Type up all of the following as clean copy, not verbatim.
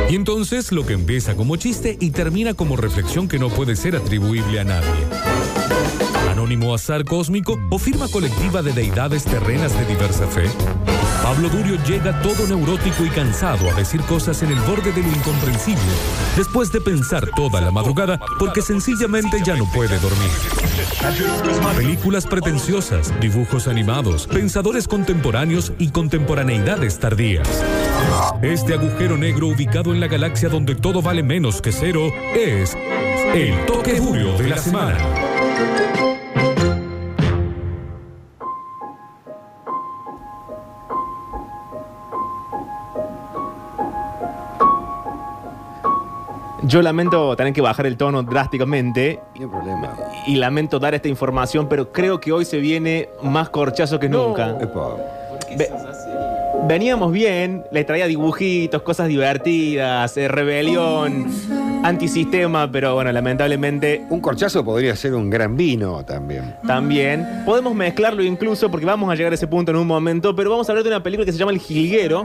Y entonces lo que empieza como chiste y termina como reflexión que no puede ser atribuible a nadie. ¿Anónimo azar cósmico o firma colectiva de deidades terrenas de diversa fe? Pablo Durio llega todo neurótico y cansado a decir cosas en el borde de lo incomprensible, después de pensar toda la madrugada porque sencillamente ya no puede dormir. Películas pretenciosas, dibujos animados, pensadores contemporáneos y contemporaneidades tardías. Este agujero negro ubicado en la galaxia donde todo vale menos que cero es el toque Durio de la semana. Yo lamento tener que bajar el tono drásticamente. No hay problema. Y lamento dar esta información, pero creo que hoy se viene más corchazo que nunca. Epa. Veníamos bien, les traía dibujitos, cosas divertidas, rebelión, antisistema, pero bueno, lamentablemente Un corchazo podría ser un gran vino también. también. Podemos mezclarlo incluso, porque vamos a llegar a ese punto en un momento, pero vamos a hablar de una película que se llama El Jilguero.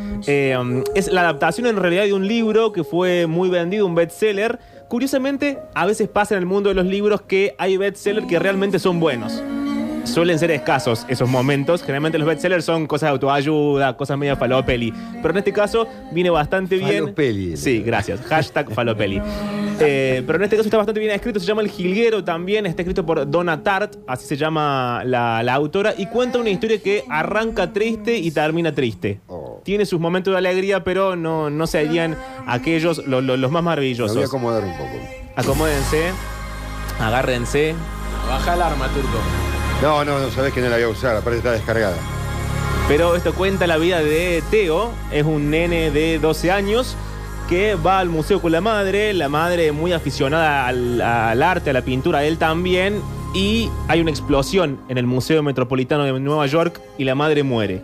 Es la adaptación en realidad de un libro que fue muy vendido, un bestseller. Curiosamente, a veces pasa en el mundo de los libros que hay bestsellers que realmente son buenos. Suelen ser escasos esos momentos. Generalmente los bestsellers son cosas de autoayuda, cosas media falopeli. Pero en este caso viene bastante bien. Falopeli. Sí, gracias. Hashtag falopeli. Pero en este caso está bastante bien escrito. Se llama El Jilguero también. Está escrito por Donna Tartt, así se llama la autora. Y cuenta una historia que arranca triste y termina triste. Oh. Tiene sus momentos de alegría, pero no serían aquellos los más Me maravillosos. voy a acomodar un poco. Acomódense, agárrense. Baja el arma, Turco. No, sabés que no la voy a usar, aparte está descargada. Pero esto cuenta la vida de Teo. Es un nene de 12 años que va al museo con la madre muy aficionada al arte, a la pintura, él también, y hay una explosión en el Museo Metropolitano de Nueva York y la madre muere.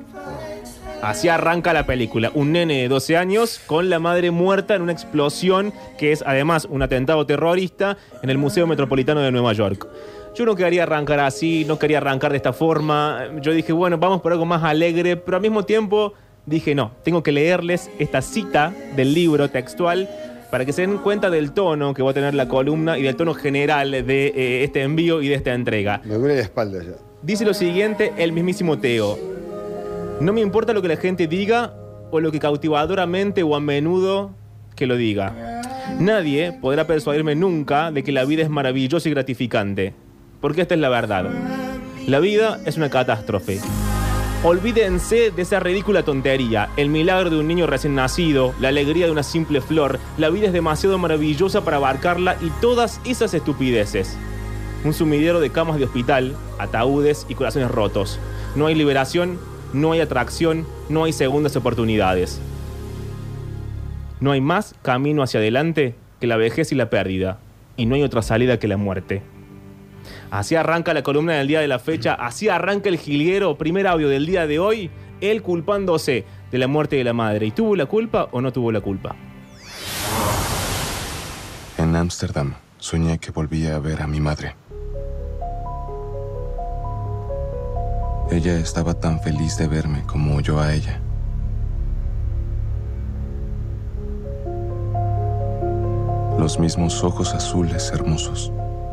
Así arranca la película, un nene de 12 años con la madre muerta en una explosión que es además un atentado terrorista en el Museo Metropolitano de Nueva York. Yo no quería arrancar así, no quería arrancar de esta forma. Yo dije, bueno, vamos por algo más alegre, pero al mismo tiempo dije, no, tengo que leerles esta cita del libro textual para que se den cuenta del tono que va a tener la columna y del tono general de este envío y de esta entrega. Me duele la espalda ya. Dice lo siguiente el mismísimo Teo: no me importa lo que la gente diga o lo que cautivadoramente o a menudo que lo diga. Nadie podrá persuadirme nunca de que la vida es maravillosa y gratificante. Porque esta es la verdad. La vida es una catástrofe. Olvídense de esa ridícula tontería, el milagro de un niño recién nacido, la alegría de una simple flor. La vida es demasiado maravillosa para abarcarla y todas esas estupideces. Un sumidero de camas de hospital, ataúdes y corazones rotos. No hay liberación, no hay atracción, no hay segundas oportunidades. No hay más camino hacia adelante que la vejez y la pérdida. Y no hay otra salida que la muerte. Así arranca la columna del día de la fecha, así arranca El Jilguero, primer audio del día de hoy, él culpándose de la muerte de la madre. ¿Y tuvo la culpa o no tuvo la culpa? En Ámsterdam soñé que volvía a ver a mi madre. Ella estaba tan feliz de verme como yo a ella. Los mismos ojos azules hermosos.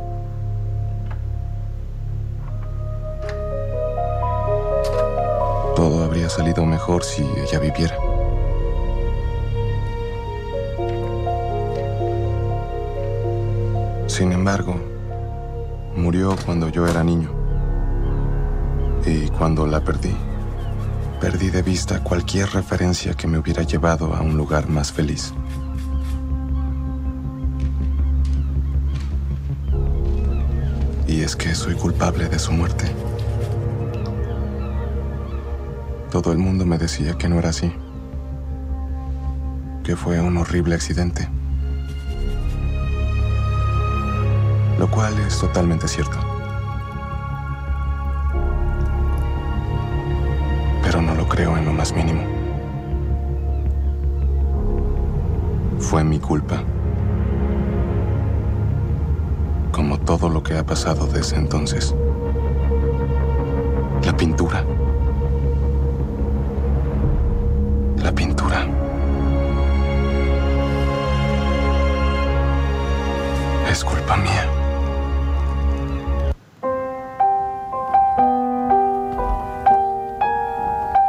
Todo habría salido mejor si ella viviera. Sin embargo, murió cuando yo era niño. Y cuando la perdí de vista cualquier referencia que me hubiera llevado a un lugar más feliz. Y es que soy culpable de su muerte. Todo el mundo me decía que no era así, que fue un horrible accidente, lo cual es totalmente cierto. Pero no lo creo en lo más mínimo. Fue mi culpa, como todo lo que ha pasado desde entonces. La pintura. La pintura.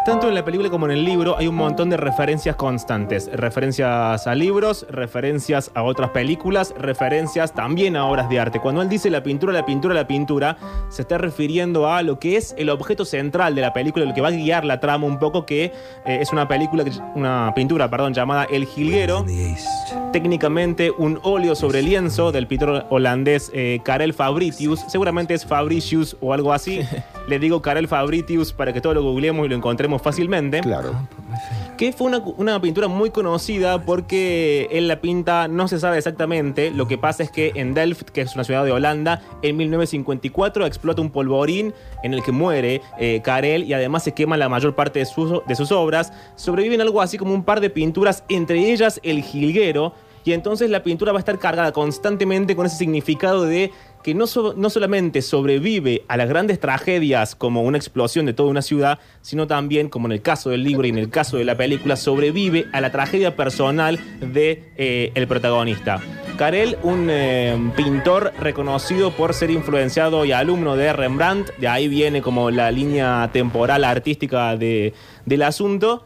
Tanto en la película como en el libro hay un montón de referencias constantes. Referencias a libros, referencias a otras películas, referencias también a obras de arte. Cuando él dice la pintura, la pintura, la pintura, se está refiriendo a lo que es el objeto central de la película, lo que va a guiar la trama un poco, que es una pintura llamada El Jilguero. Técnicamente un óleo sobre lienzo del pintor holandés Karel Fabritius. Seguramente es Fabricius o algo así. Le digo Karel Fabritius para que todo lo googleemos y lo encontremos fácilmente. Claro. Que fue una pintura muy conocida porque él la pinta, no se sabe exactamente. Lo que pasa es que en Delft, que es una ciudad de Holanda, en 1954 explota un polvorín en el que muere Karel, y además se quema la mayor parte de sus obras. Sobreviven algo así como un par de pinturas, entre ellas El Jilguero, y entonces la pintura va a estar cargada constantemente con ese significado de que no solamente sobrevive a las grandes tragedias como una explosión de toda una ciudad, sino también, como en el caso del libro y en el caso de la película, sobrevive a la tragedia personal de el protagonista. Karel, un pintor reconocido por ser influenciado y alumno de Rembrandt, de ahí viene como la línea temporal artística del asunto.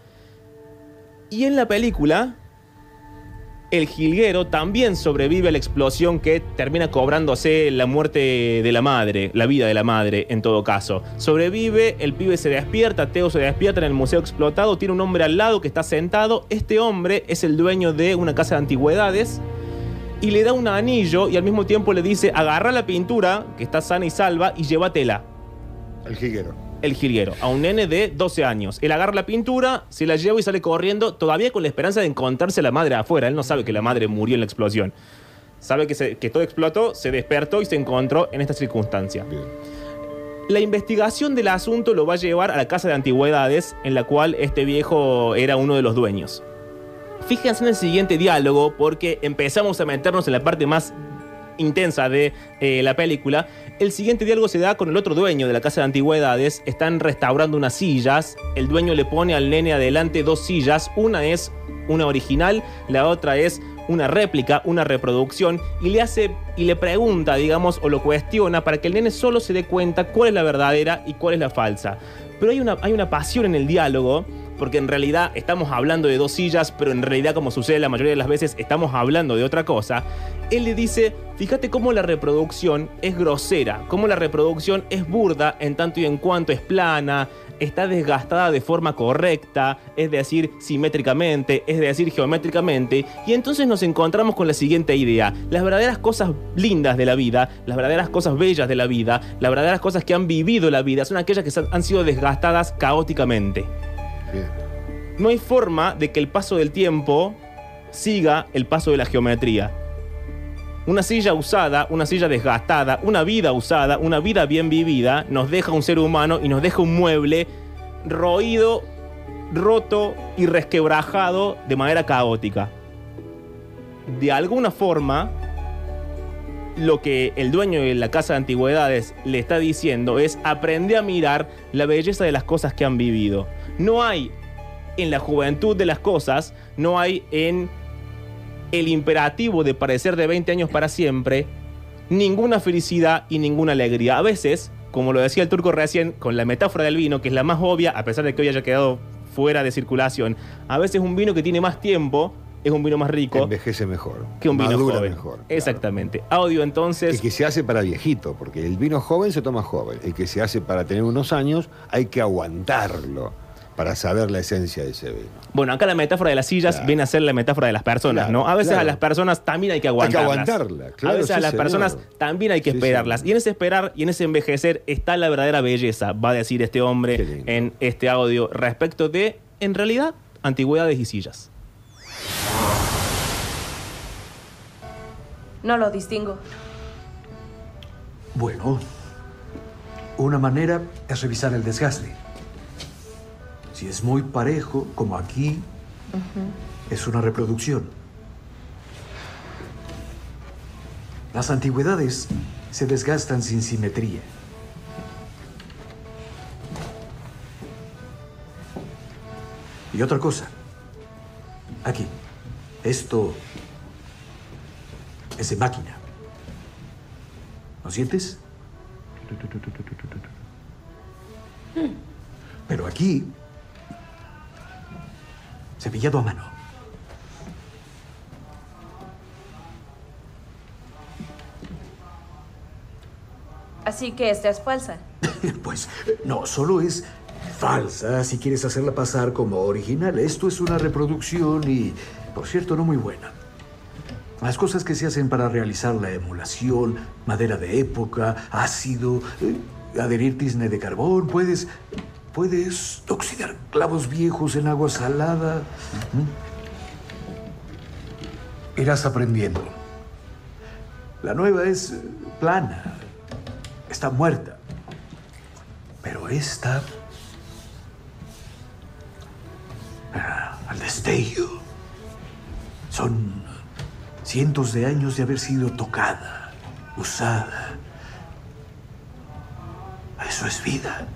Y en la película, El Jilguero también sobrevive a la explosión que termina cobrándose la muerte de la madre, la vida de la madre en todo caso. Sobrevive, el pibe se despierta, Theo se despierta en el museo explotado, tiene un hombre al lado que está sentado. Este hombre es el dueño de una casa de antigüedades y le da un anillo y al mismo tiempo le dice: agarra la pintura, que está sana y salva, y llévatela. El Jilguero. El Jilguero, a un nene de 12 años. Él agarra la pintura, se la lleva y sale corriendo, todavía con la esperanza de encontrarse a la madre afuera. Él no sabe que la madre murió en la explosión. Sabe que todo explotó, se despertó y se encontró en esta circunstancia. Bien. La investigación del asunto lo va a llevar a la casa de antigüedades, en la cual este viejo era uno de los dueños. Fíjense en el siguiente diálogo, porque empezamos a meternos en la parte más intensa de la película. El siguiente diálogo se da con el otro dueño de la casa de antigüedades. Están restaurando unas sillas. El dueño le pone al nene adelante 2 sillas. Una es una original, la otra es una réplica, una reproducción, y le pregunta, digamos, o lo cuestiona para que el nene solo se dé cuenta cuál es la verdadera y cuál es la falsa. Pero hay una pasión en el diálogo, porque en realidad estamos hablando de 2 sillas, pero en realidad, como sucede la mayoría de las veces, estamos hablando de otra cosa. Él le dice: fíjate cómo la reproducción es grosera, cómo la reproducción es burda en tanto y en cuanto es plana, está desgastada de forma correcta, es decir, simétricamente, es decir, geométricamente. Y entonces nos encontramos con la siguiente idea: las verdaderas cosas lindas de la vida, las verdaderas cosas bellas de la vida, las verdaderas cosas que han vivido la vida, son aquellas que han sido desgastadas caóticamente. Bien. No hay forma de que el paso del tiempo siga el paso de la geometría. Una silla usada, una silla desgastada, una vida usada, una vida bien vivida, nos deja un ser humano y nos deja un mueble roído, roto y resquebrajado de manera caótica. De alguna forma, lo que el dueño de la casa de antigüedades le está diciendo es: aprende a mirar la belleza de las cosas que han vivido. No hay en la juventud de las cosas, no hay en el imperativo de parecer de 20 años para siempre, ninguna felicidad y ninguna alegría. A veces, como lo decía el turco recién, con la metáfora del vino, que es la más obvia, a pesar de que hoy haya quedado fuera de circulación, a veces un vino que tiene más tiempo es un vino más rico. Envejece mejor. Que un vino madura joven. mejor. Exactamente. Claro. Audio, entonces. El que se hace para viejito, porque el vino joven se toma joven. El que se hace para tener unos años, hay que aguantarlo para saber la esencia de ese vino. Bueno, acá la metáfora de las sillas viene a ser la metáfora de las personas, ¿no? A veces a las personas también hay que aguantarlas. Hay que aguantarla, claro. A veces a las personas también hay que esperarlas. Señor. Y en ese esperar y en ese envejecer está la verdadera belleza, va a decir este hombre en este audio, respecto de, en realidad, antigüedades y sillas. No lo distingo. Bueno, una manera es revisar el desgaste. Si es muy parejo, como aquí, es una reproducción. Las antigüedades se desgastan sin simetría. Y otra cosa, aquí, esto es de máquina. ¿Lo sientes? Pero aquí cepillado a mano. Así que esta es falsa. Pues no, solo es falsa si quieres hacerla pasar como original. Esto es una reproducción y, por cierto, no muy buena. Las cosas que se hacen para realizar la emulación, madera de época, ácido, adherir tizne de carbón, puedes oxidar clavos viejos en agua salada. Irás aprendiendo. La nueva es plana, está muerta. Pero esta, al destello, son cientos de años de haber sido tocada, usada. Eso es vida.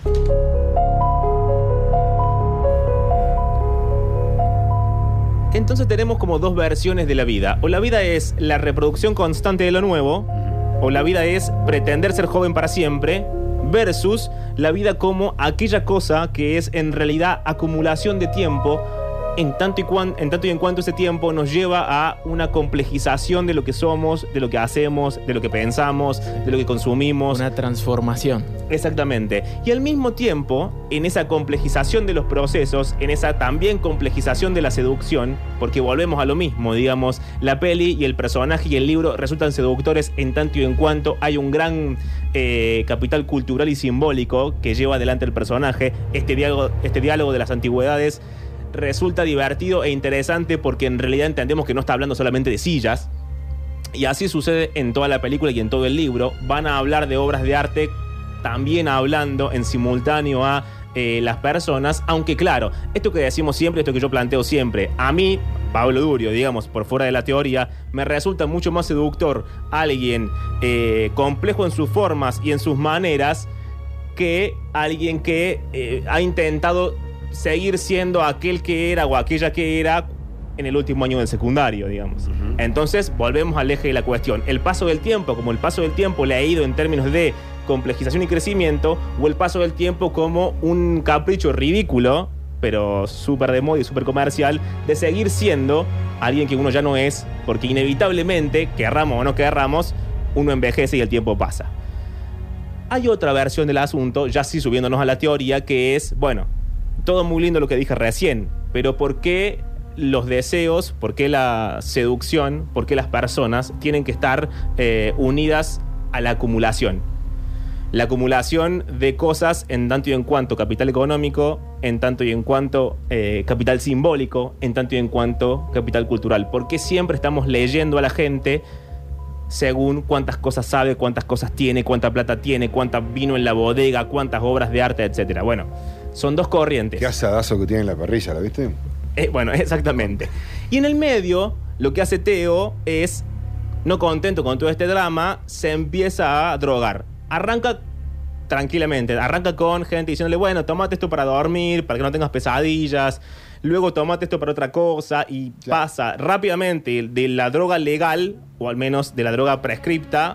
Entonces tenemos como dos versiones de la vida. O la vida es la reproducción constante de lo nuevo, o la vida es pretender ser joven para siempre, versus la vida como aquella cosa que es en realidad acumulación de tiempo, en tanto y en cuanto ese tiempo nos lleva a una complejización de lo que somos, de lo que hacemos, de lo que pensamos, de lo que consumimos. Una transformación. Exactamente. Y al mismo tiempo, en esa complejización de los procesos, en esa también complejización de la seducción, porque volvemos a lo mismo, digamos, la peli y el personaje y el libro resultan seductores en tanto y en cuanto hay un gran capital cultural y simbólico que lleva adelante el personaje. Este diálogo de las antigüedades resulta divertido e interesante porque en realidad entendemos que no está hablando solamente de sillas. Y así sucede en toda la película y en todo el libro. Van a hablar de obras de arte, también hablando en simultáneo a las personas. Aunque claro, esto que decimos siempre, esto que yo planteo siempre, a mí, Pablo Durio, digamos, por fuera de la teoría, me resulta mucho más seductor alguien complejo en sus formas y en sus maneras que alguien que ha intentado seguir siendo aquel que era o aquella que era en el último año del secundario, digamos. Entonces, volvemos al eje de la cuestión. El paso del tiempo, como el paso del tiempo leído en términos de complejización y crecimiento, o el paso del tiempo como un capricho ridículo, pero súper de moda y súper comercial, de seguir siendo alguien que uno ya no es, porque inevitablemente, querramos o no querramos, uno envejece y el tiempo pasa. Hay otra versión del asunto, ya sí subiéndonos a la teoría, que es, bueno, todo muy lindo lo que dije recién, pero ¿por qué los deseos, por qué la seducción, por qué las personas tienen que estar unidas a la acumulación? La acumulación de cosas en tanto y en cuanto capital económico, en tanto y en cuanto capital simbólico, en tanto y en cuanto capital cultural. ¿Por qué siempre estamos leyendo a la gente según cuántas cosas sabe, cuántas cosas tiene, cuánta plata tiene, cuánta vino en la bodega, cuántas obras de arte, etcétera? Bueno, son dos corrientes. Qué asadazo que tiene en la parrilla, ¿la viste? Bueno, exactamente. Y en el medio, lo que hace Teo es, no contento con todo este drama, se empieza a drogar. Arranca tranquilamente, arranca con gente diciéndole, bueno, tómate esto para dormir, para que no tengas pesadillas, luego tómate esto para otra cosa, y pasa rápidamente de la droga legal, o al menos de la droga prescripta,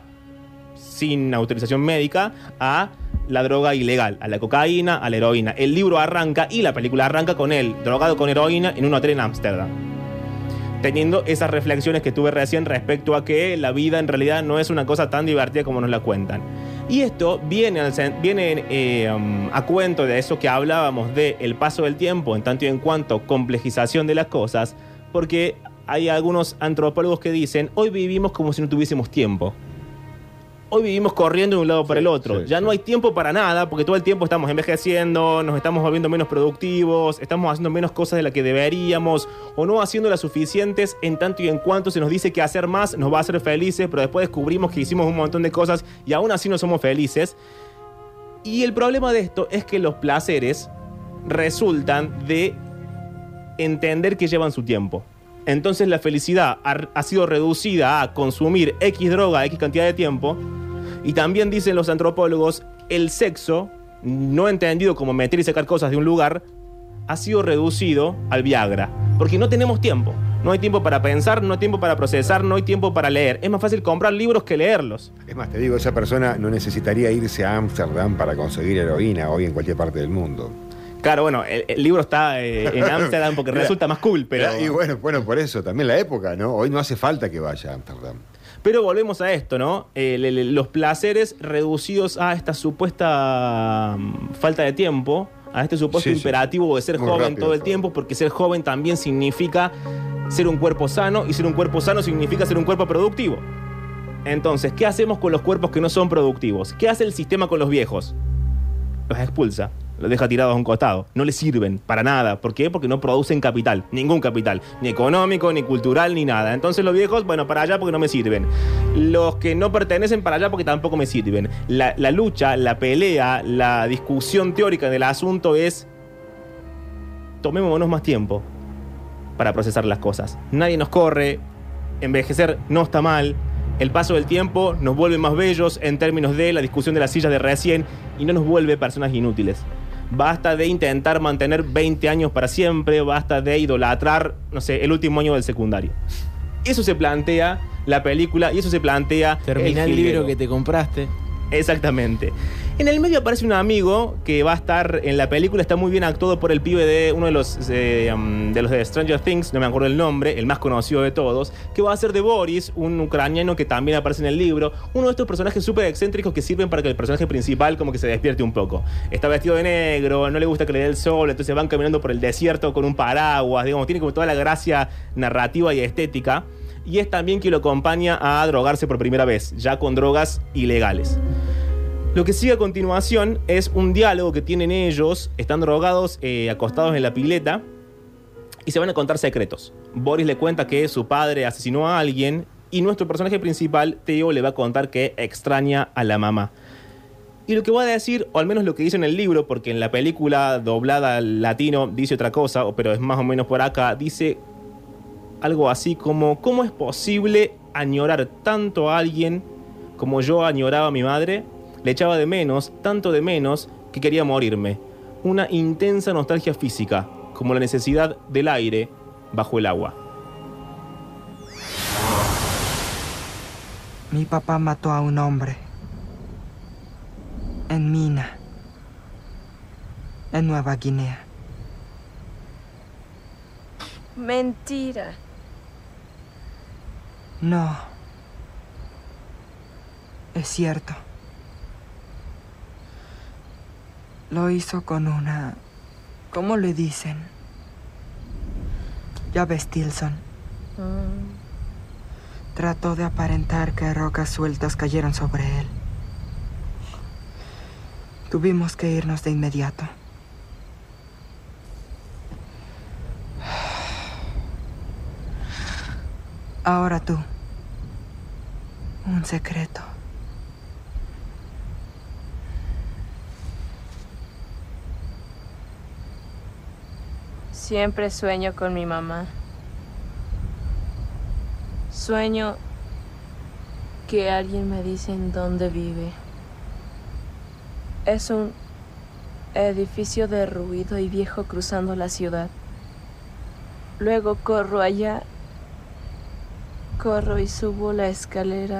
sin autorización médica, a la droga ilegal, a la cocaína, a la heroína. El libro arranca y la película arranca con él, drogado con heroína en un hotel en Ámsterdam, teniendo esas reflexiones que tuve recién respecto a que la vida en realidad no es una cosa tan divertida como nos la cuentan. Y esto viene a cuento de eso que hablábamos de el paso del tiempo en tanto y en cuanto complejización de las cosas, porque hay algunos antropólogos que dicen, hoy vivimos como si no tuviésemos tiempo. Hoy vivimos corriendo de un lado para el otro. Ya no hay tiempo para nada, porque todo el tiempo estamos envejeciendo, nos estamos volviendo menos productivos, estamos haciendo menos cosas de las que deberíamos, o no haciendo las suficientes, en tanto y en cuanto se nos dice que hacer más nos va a hacer felices, pero después descubrimos que hicimos un montón de cosas y aún así no somos felices. Y el problema de esto es que los placeres resultan de entender que llevan su tiempo. Entonces la felicidad ha sido reducida a consumir X droga, X cantidad de tiempo. Y también dicen los antropólogos, el sexo, no entendido como meter y sacar cosas de un lugar, ha sido reducido al Viagra. Porque no tenemos tiempo. No hay tiempo para pensar, no hay tiempo para procesar, no hay tiempo para leer. Es más fácil comprar libros que leerlos. Es más, te digo, esa persona no necesitaría irse a Ámsterdam para conseguir heroína hoy en cualquier parte del mundo. Claro, bueno, el libro está en Ámsterdam porque resulta más cool, pero... Y bueno, por eso, también la época, ¿no? Hoy no hace falta que vaya a Ámsterdam. Pero volvemos a esto, ¿no? Los placeres reducidos a esta supuesta falta de tiempo, a este supuesto imperativo de ser muy joven rápido todo el todo. tiempo, porque ser joven también significa ser un cuerpo sano, y ser un cuerpo sano significa ser un cuerpo productivo. Entonces, ¿qué hacemos con los cuerpos que no son productivos? ¿Qué hace el sistema con los viejos? Los expulsa, los deja tirados a un costado. No les sirven para nada. ¿Por qué? Porque no producen capital, ningún capital, ni económico, ni cultural, ni nada. Entonces los viejos, bueno, para allá porque no me sirven. Los que no pertenecen, para allá porque tampoco me sirven. La lucha, la pelea, la discusión teórica del asunto es: tomémonos más tiempo para procesar las cosas. Nadie nos corre, envejecer no está mal. El paso del tiempo nos vuelve más bellos en términos de la discusión de las sillas de recién, y no nos vuelve personas inútiles. Basta de intentar mantener 20 años para siempre, basta de idolatrar, no sé, el último año del secundario. Eso se plantea la película y eso se plantea Terminá el jilguero. libro que te compraste. Exactamente. En el medio aparece un amigo que va a estar en la película, está muy bien actuado por el pibe de uno de los de Stranger Things, no me acuerdo el nombre, el más conocido de todos, que va a ser de Boris, un ucraniano que también aparece en el libro, uno de estos personajes súper excéntricos que sirven para que el personaje principal como que se despierte un poco. Está vestido de negro, no le gusta que le dé el sol, entonces van caminando por el desierto con un paraguas, digamos, tiene como toda la gracia narrativa y estética. Y es también quien lo acompaña a drogarse por primera vez, ya con drogas ilegales. Lo que sigue a continuación es un diálogo que tienen ellos, están drogados, acostados en la pileta, y se van a contar secretos. Boris le cuenta que su padre asesinó a alguien, y nuestro personaje principal, Theo, le va a contar que extraña a la mamá. Y lo que va a decir, o al menos lo que dice en el libro, porque en la película doblada al latino dice otra cosa, pero es más o menos por acá, dice algo así como: ¿cómo es posible añorar tanto a alguien como yo añoraba a mi madre? Le echaba de menos, tanto de menos, que quería morirme. Una intensa nostalgia física, como la necesidad del aire bajo el agua. Mi papá mató a un hombre. En Mina. En Nueva Guinea. Mentira. No. Es cierto. Lo hizo con una... ¿Cómo le dicen? Llave Stilson. Trató de aparentar que rocas sueltas cayeron sobre él. Tuvimos que irnos de inmediato. Ahora tú. Un secreto. Siempre sueño con mi mamá. Sueño que alguien me dice en dónde vive. Es un edificio derruido y viejo cruzando la ciudad. Luego corro allá. Corro y subo la escalera.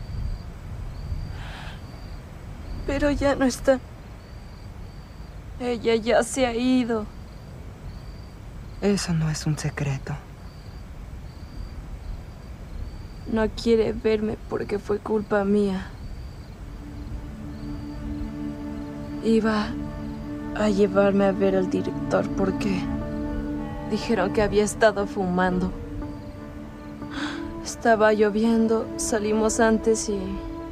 Pero ya no está. Ella ya se ha ido. Eso no es un secreto. No quiere verme porque fue culpa mía. Iba a llevarme a ver al director porque dijeron que había estado fumando. Estaba lloviendo, salimos antes y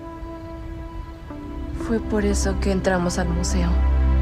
fue por eso que entramos al museo.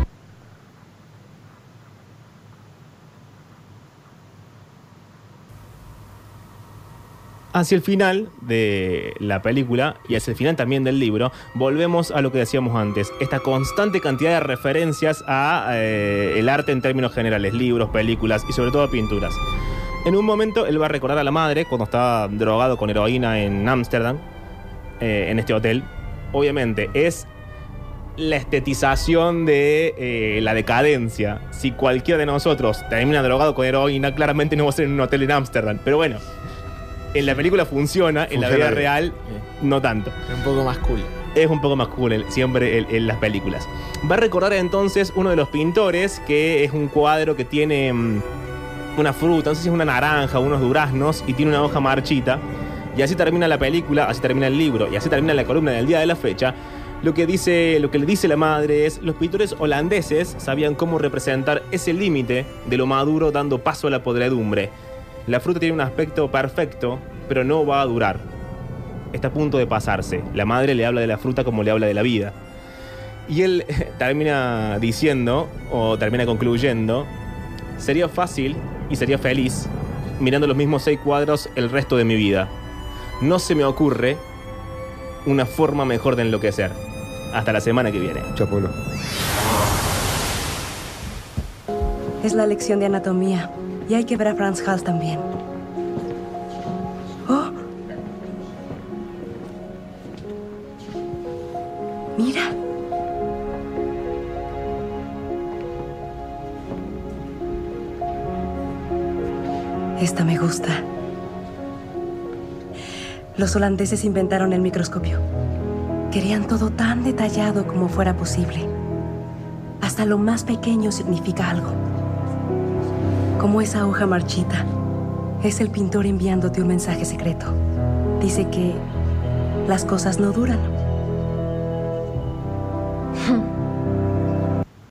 Hacia el final de la película y hacia el final también del libro, volvemos a lo que decíamos antes, esta constante cantidad de referencias a el arte en términos generales, libros, películas y sobre todo pinturas. En un momento él va a recordar a la madre cuando estaba drogado con heroína en Ámsterdam, en este hotel. Obviamente es la estetización de la decadencia. Si cualquiera de nosotros termina drogado con heroína, claramente no va a ser en un hotel en Ámsterdam, pero bueno. En la película funciona, en la vida real no tanto. Es un poco más cool. Es un poco más cool siempre en las películas. Va a recordar entonces uno de los pintores, que es un cuadro que tiene una fruta, no sé si es una naranja o unos duraznos, y tiene una hoja marchita. Y así termina la película, así termina el libro, y así termina la columna del día de la fecha. Lo que le dice la madre es: los pintores holandeses sabían cómo representar ese límite de lo maduro dando paso a la podredumbre. La fruta tiene un aspecto perfecto, pero no va a durar. Está a punto de pasarse. La madre le habla de la fruta como le habla de la vida. Y él termina diciendo, o termina concluyendo: sería fácil y sería feliz mirando los mismos 6 cuadros el resto de mi vida. No se me ocurre una forma mejor de enloquecer. Hasta la semana que viene. Chapolo. Es la lección de anatomía. Y hay que ver a Franz Hals también. ¡Oh! ¡Mira! Esta me gusta. Los holandeses inventaron el microscopio. Querían todo tan detallado como fuera posible. Hasta lo más pequeño significa algo. Como esa hoja marchita. Es el pintor enviándote un mensaje secreto. Dice que las cosas no duran.